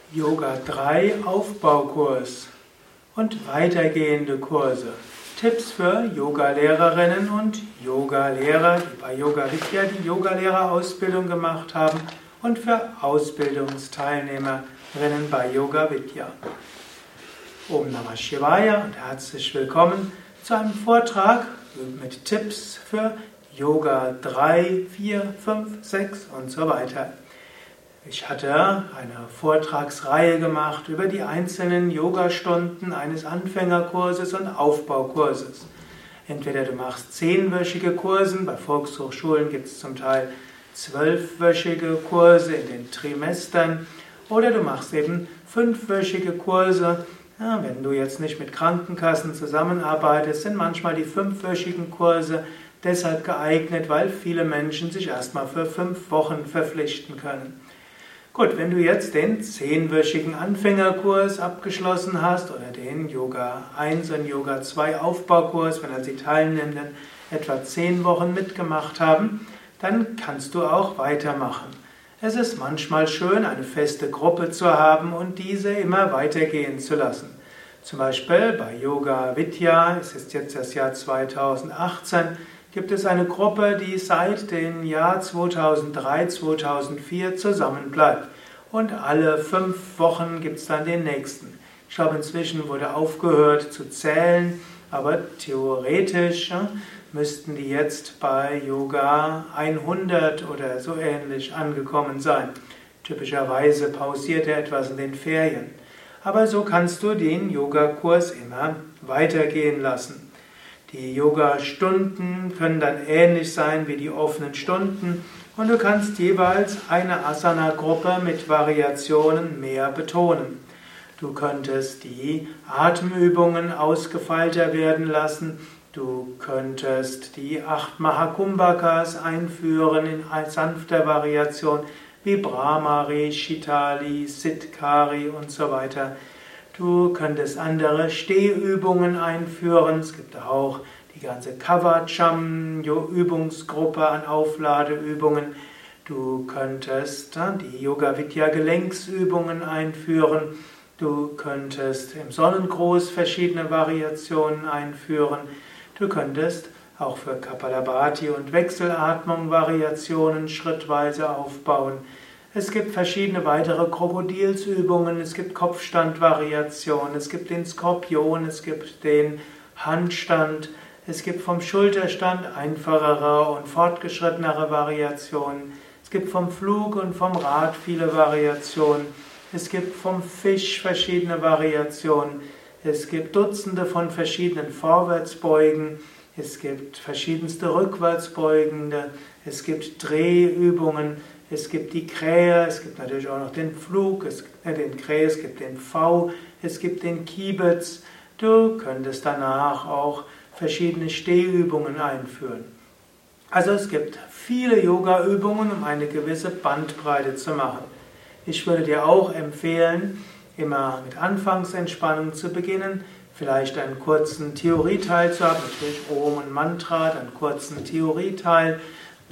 Yoga 3 Aufbaukurs und weitergehende Kurse. Tipps für Yogalehrerinnen und Yogalehrer, die bei Yoga Vidya die Yogalehrerausbildung gemacht haben, und für Ausbildungsteilnehmerinnen bei Yoga Vidya. Om Namah Shivaya und herzlich willkommen zu einem Vortrag mit Tipps für Yoga 3, 4, 5, 6 und so weiter. Ich hatte eine Vortragsreihe gemacht über die einzelnen Yogastunden eines Anfängerkurses und Aufbaukurses. Entweder du machst 10-wöchige Kurse, bei Volkshochschulen gibt es zum Teil 12-wöchige Kurse in den Trimestern, oder du machst eben 5-wöchige Kurse. Ja, wenn du jetzt nicht mit Krankenkassen zusammenarbeitest, sind manchmal die 5-wöchigen Kurse deshalb geeignet, weil viele Menschen sich erstmal für 5 Wochen verpflichten können. Gut, wenn du jetzt den 10-wöchigen Anfängerkurs abgeschlossen hast oder den Yoga 1 und Yoga 2 Aufbaukurs, wenn also die Teilnehmenden etwa 10 Wochen mitgemacht haben, dann kannst du auch weitermachen. Es ist manchmal schön, eine feste Gruppe zu haben und diese immer weitergehen zu lassen. Zum Beispiel bei Yoga Vidya, es ist jetzt das Jahr 2018, gibt es eine Gruppe, die seit dem Jahr 2003, 2004 zusammenbleibt. Und alle 5 Wochen gibt es dann den nächsten. Ich glaube, inzwischen wurde aufgehört zu zählen, aber theoretisch müssten die jetzt bei Yoga 100 oder so ähnlich angekommen sein. Typischerweise pausiert er etwas in den Ferien. Aber so kannst du den Yogakurs immer weitergehen lassen. Die Yoga-Stunden können dann ähnlich sein wie die offenen Stunden und du kannst jeweils eine Asana-Gruppe mit Variationen mehr betonen. Du könntest die Atemübungen ausgefeilter werden lassen, du könntest die 8 Mahakumbhakas einführen in sanfter Variation wie Brahmari, Shitali, Siddhkari und so weiter. Du könntest andere Stehübungen einführen. Es gibt auch die ganze Kavacham-Übungsgruppe an Aufladeübungen. Du könntest die Yoga Vidya Gelenksübungen einführen. Du könntest im Sonnengruß verschiedene Variationen einführen. Du könntest auch für Kapalabhati und Wechselatmung Variationen schrittweise aufbauen. Es gibt verschiedene weitere Krokodilsübungen, es gibt Kopfstandvariationen, es gibt den Skorpion, es gibt den Handstand, es gibt vom Schulterstand einfachere und fortgeschrittenere Variationen, es gibt vom Flug und vom Rad viele Variationen, es gibt vom Fisch verschiedene Variationen, es gibt Dutzende von verschiedenen Vorwärtsbeugen, es gibt verschiedenste Rückwärtsbeugende, es gibt Drehübungen, es gibt die Krähe, es gibt natürlich auch noch den Flug, es gibt den V, es gibt den Kiebitz. Du könntest danach auch verschiedene Stehübungen einführen. Also es gibt viele Yoga-Übungen, um eine gewisse Bandbreite zu machen. Ich würde dir auch empfehlen, immer mit Anfangsentspannung zu beginnen, vielleicht einen kurzen Theorieteil zu haben, natürlich Om und Mantra, einen kurzen Theorieteil,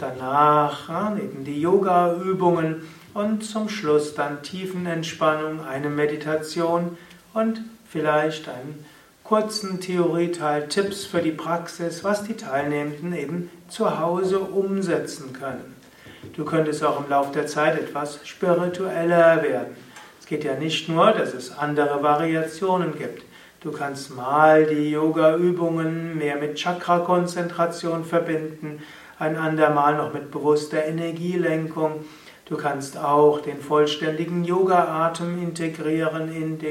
danach eben die Yoga-Übungen und zum Schluss dann Tiefenentspannung, eine Meditation und vielleicht einen kurzen Theorieteil, Tipps für die Praxis, was die Teilnehmenden eben zu Hause umsetzen können. Du könntest auch im Laufe der Zeit etwas spiritueller werden. Es geht ja nicht nur, dass es andere Variationen gibt. Du kannst mal die Yoga-Übungen mehr mit Chakra-Konzentration verbinden, ein andermal noch mit bewusster Energielenkung. Du kannst auch den vollständigen Yoga-Atem integrieren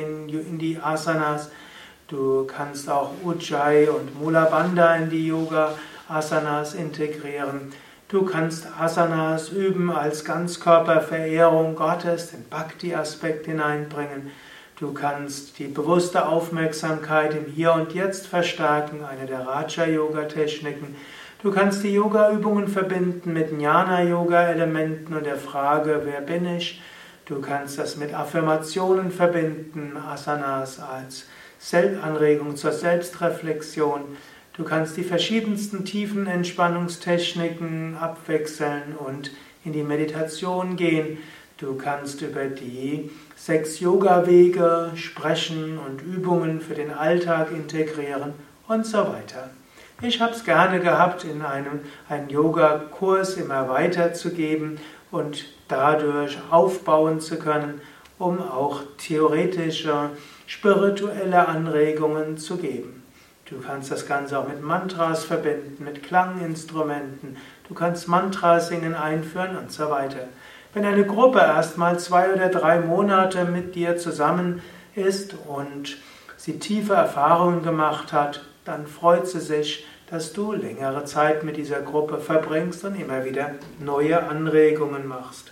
in die Asanas. Du kannst auch Ujjayi und Mula Bandha in die Yoga-Asanas integrieren. Du kannst Asanas üben als Ganzkörperverehrung Gottes, den Bhakti-Aspekt hineinbringen. Du kannst die bewusste Aufmerksamkeit im Hier und Jetzt verstärken, eine der Raja-Yoga-Techniken. Du kannst die Yoga-Übungen verbinden mit Jnana-Yoga-Elementen und der Frage, wer bin ich? Du kannst das mit Affirmationen verbinden, Asanas als Anregung zur Selbstreflexion. Du kannst die verschiedensten tiefen Entspannungstechniken abwechseln und in die Meditation gehen. Du kannst über die 6 Yoga-Wege sprechen und Übungen für den Alltag integrieren und so weiter. Ich habe es gerne gehabt, einen Yoga-Kurs immer weiterzugeben und dadurch aufbauen zu können, um auch theoretische, spirituelle Anregungen zu geben. Du kannst das Ganze auch mit Mantras verbinden, mit Klanginstrumenten. Du kannst Mantrasingen einführen und so weiter. Wenn eine Gruppe erstmal 2 oder 3 Monate mit dir zusammen ist und sie tiefe Erfahrungen gemacht hat, dann freut sie sich, dass du längere Zeit mit dieser Gruppe verbringst und immer wieder neue Anregungen machst.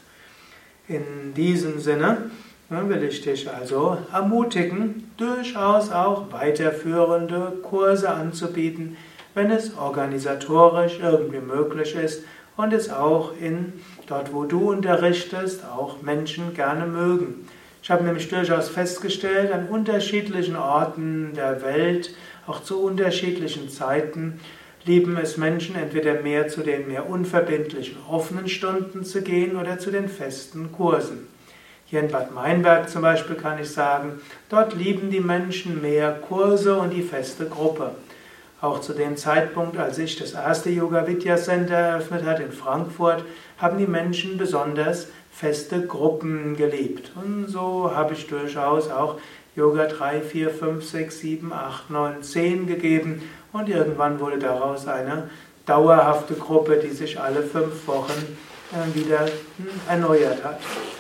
In diesem Sinne will ich dich also ermutigen, durchaus auch weiterführende Kurse anzubieten, wenn es organisatorisch irgendwie möglich ist und es auch dort, wo du unterrichtest, auch Menschen gerne mögen. Ich habe nämlich durchaus festgestellt, an unterschiedlichen Orten der Welt, auch zu unterschiedlichen Zeiten, lieben es Menschen, entweder mehr zu den mehr unverbindlichen offenen Stunden zu gehen oder zu den festen Kursen. Hier in Bad Meinberg zum Beispiel kann ich sagen, dort lieben die Menschen mehr Kurse und die feste Gruppe. Auch zu dem Zeitpunkt, als ich das erste Yoga Vidya Center eröffnet habe in Frankfurt, haben die Menschen besonders feste Gruppen geliebt. Und so habe ich durchaus auch Yoga 3, 4, 5, 6, 7, 8, 9, 10 gegeben und irgendwann wurde daraus eine dauerhafte Gruppe, die sich alle 5 Wochen wieder erneuert hat.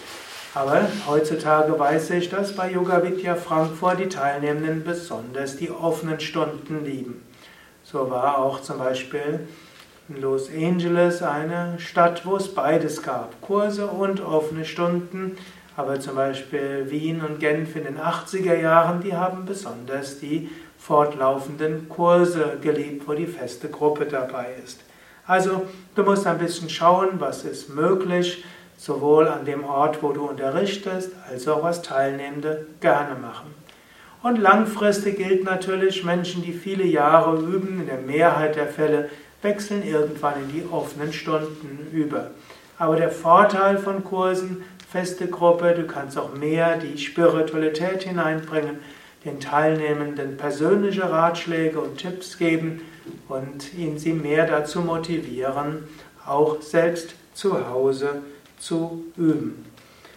Aber heutzutage weiß ich, dass bei Yoga Vidya Frankfurt die Teilnehmenden besonders die offenen Stunden lieben. So war auch zum Beispiel in Los Angeles eine Stadt, wo es beides gab, Kurse und offene Stunden. Aber zum Beispiel Wien und Genf in den 80er Jahren, die haben besonders die fortlaufenden Kurse geliebt, wo die feste Gruppe dabei ist. Also du musst ein bisschen schauen, was ist möglich, sowohl an dem Ort, wo du unterrichtest, als auch was Teilnehmende gerne machen. Und langfristig gilt natürlich, Menschen, die viele Jahre üben, in der Mehrheit der Fälle wechseln irgendwann in die offenen Stunden über. Aber der Vorteil von Kursen, feste Gruppe, du kannst auch mehr die Spiritualität hineinbringen, den Teilnehmenden persönliche Ratschläge und Tipps geben und sie mehr dazu motivieren, auch selbst zu Hause zu üben.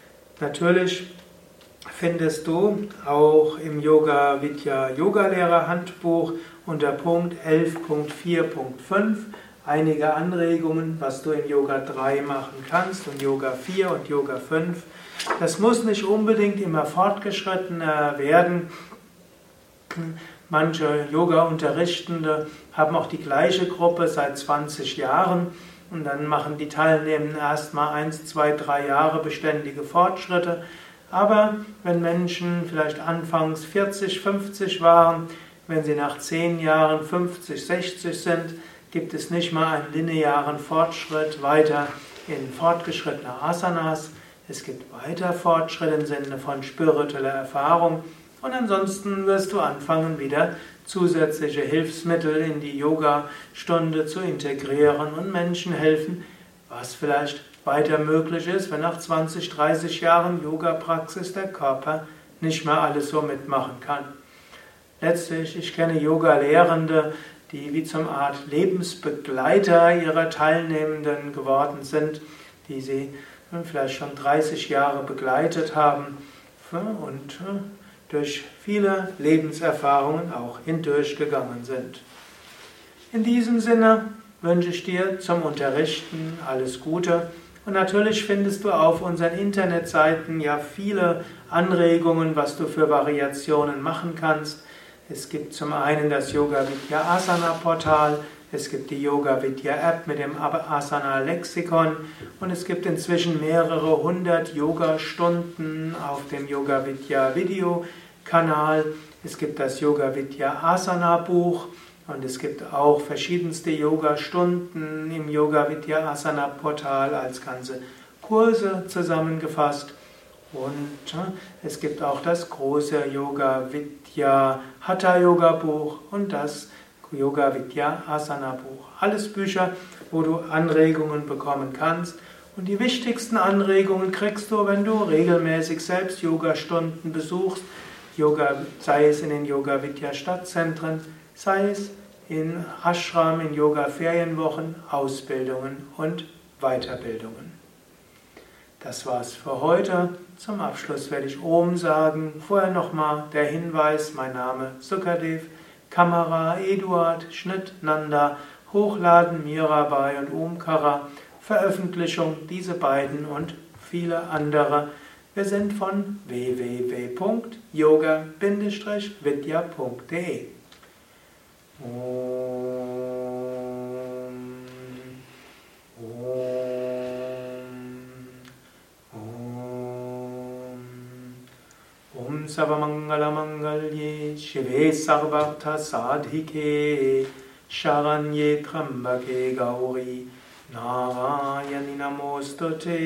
Natürlich findest du auch im Yoga Vidya Yogalehrer Handbuch unter Punkt 11.4.5 einige Anregungen, was du in Yoga 3 machen kannst und Yoga 4 und Yoga 5. Das muss nicht unbedingt immer fortgeschrittener werden. Manche Yoga-Unterrichtende haben auch die gleiche Gruppe seit 20 Jahren und dann machen die Teilnehmenden erstmal 1, 2, 3 Jahre beständige Fortschritte. Aber wenn Menschen vielleicht anfangs 40, 50 waren, wenn sie nach 10 Jahren 50, 60 sind, gibt es nicht mal einen linearen Fortschritt weiter in fortgeschrittene Asanas. Es gibt weiter Fortschritt im Sinne von spiritueller Erfahrung. Und ansonsten wirst du anfangen, wieder zusätzliche Hilfsmittel in die Yoga-Stunde zu integrieren und Menschen helfen, was vielleicht weiter möglich ist, wenn nach 20, 30 Jahren Yoga-Praxis der Körper nicht mehr alles so mitmachen kann. Letztlich, ich kenne Yoga-Lehrende, die wie zum Art Lebensbegleiter ihrer Teilnehmenden geworden sind, die sie vielleicht schon 30 Jahre begleitet haben und durch viele Lebenserfahrungen auch hindurchgegangen sind. In diesem Sinne wünsche ich dir zum Unterrichten alles Gute und natürlich findest du auf unseren Internetseiten ja viele Anregungen, was du für Variationen machen kannst. Es gibt zum einen das Yoga Vidya Asana Portal, es gibt die Yoga Vidya App mit dem Asana Lexikon und es gibt inzwischen mehrere 100 Yoga-Stunden auf dem Yoga Vidya Videokanal. Es gibt das Yoga Vidya Asana Buch und es gibt auch verschiedenste Yoga-Stunden im Yoga Vidya Asana Portal als ganze Kurse zusammengefasst. Und es gibt auch das große Yoga Vidya Hatha Yoga Buch und das Yoga Vidya Asana Buch. Alles Bücher, wo du Anregungen bekommen kannst Und die wichtigsten Anregungen kriegst du, wenn du regelmäßig selbst Yoga-Stunden besuchst, sei es in den Yoga-Vidya-Stadtzentren, sei es in Ashram, in Yoga-Ferienwochen, Ausbildungen und Weiterbildungen. Das war's für heute. Zum Abschluss werde ich Om sagen. Vorher nochmal der Hinweis, mein Name Sukadev, Kamera Eduard, Schnitt Nanda, Hochladen Mirabai und Omkara, Veröffentlichung diese beiden und viele andere. Wir sind von www.yoga-vidya.de. Om, Om Sarvamangala Mangalye Shive Sarvartha Sadhike Sharanye Trambake Gauri Narayani Namostute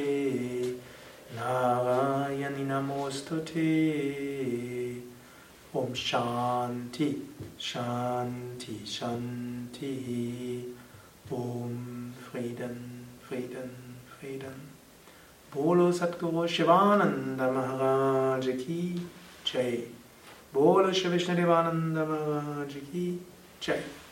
Narayani Namostute. Om Shanti Shanti Shanti. Om Frieden Frieden Frieden. Bolo Satguru Shivananda Maharaj Ki Jai. Bolo Shri Vishnu Devananda Maharaj Ki Jai.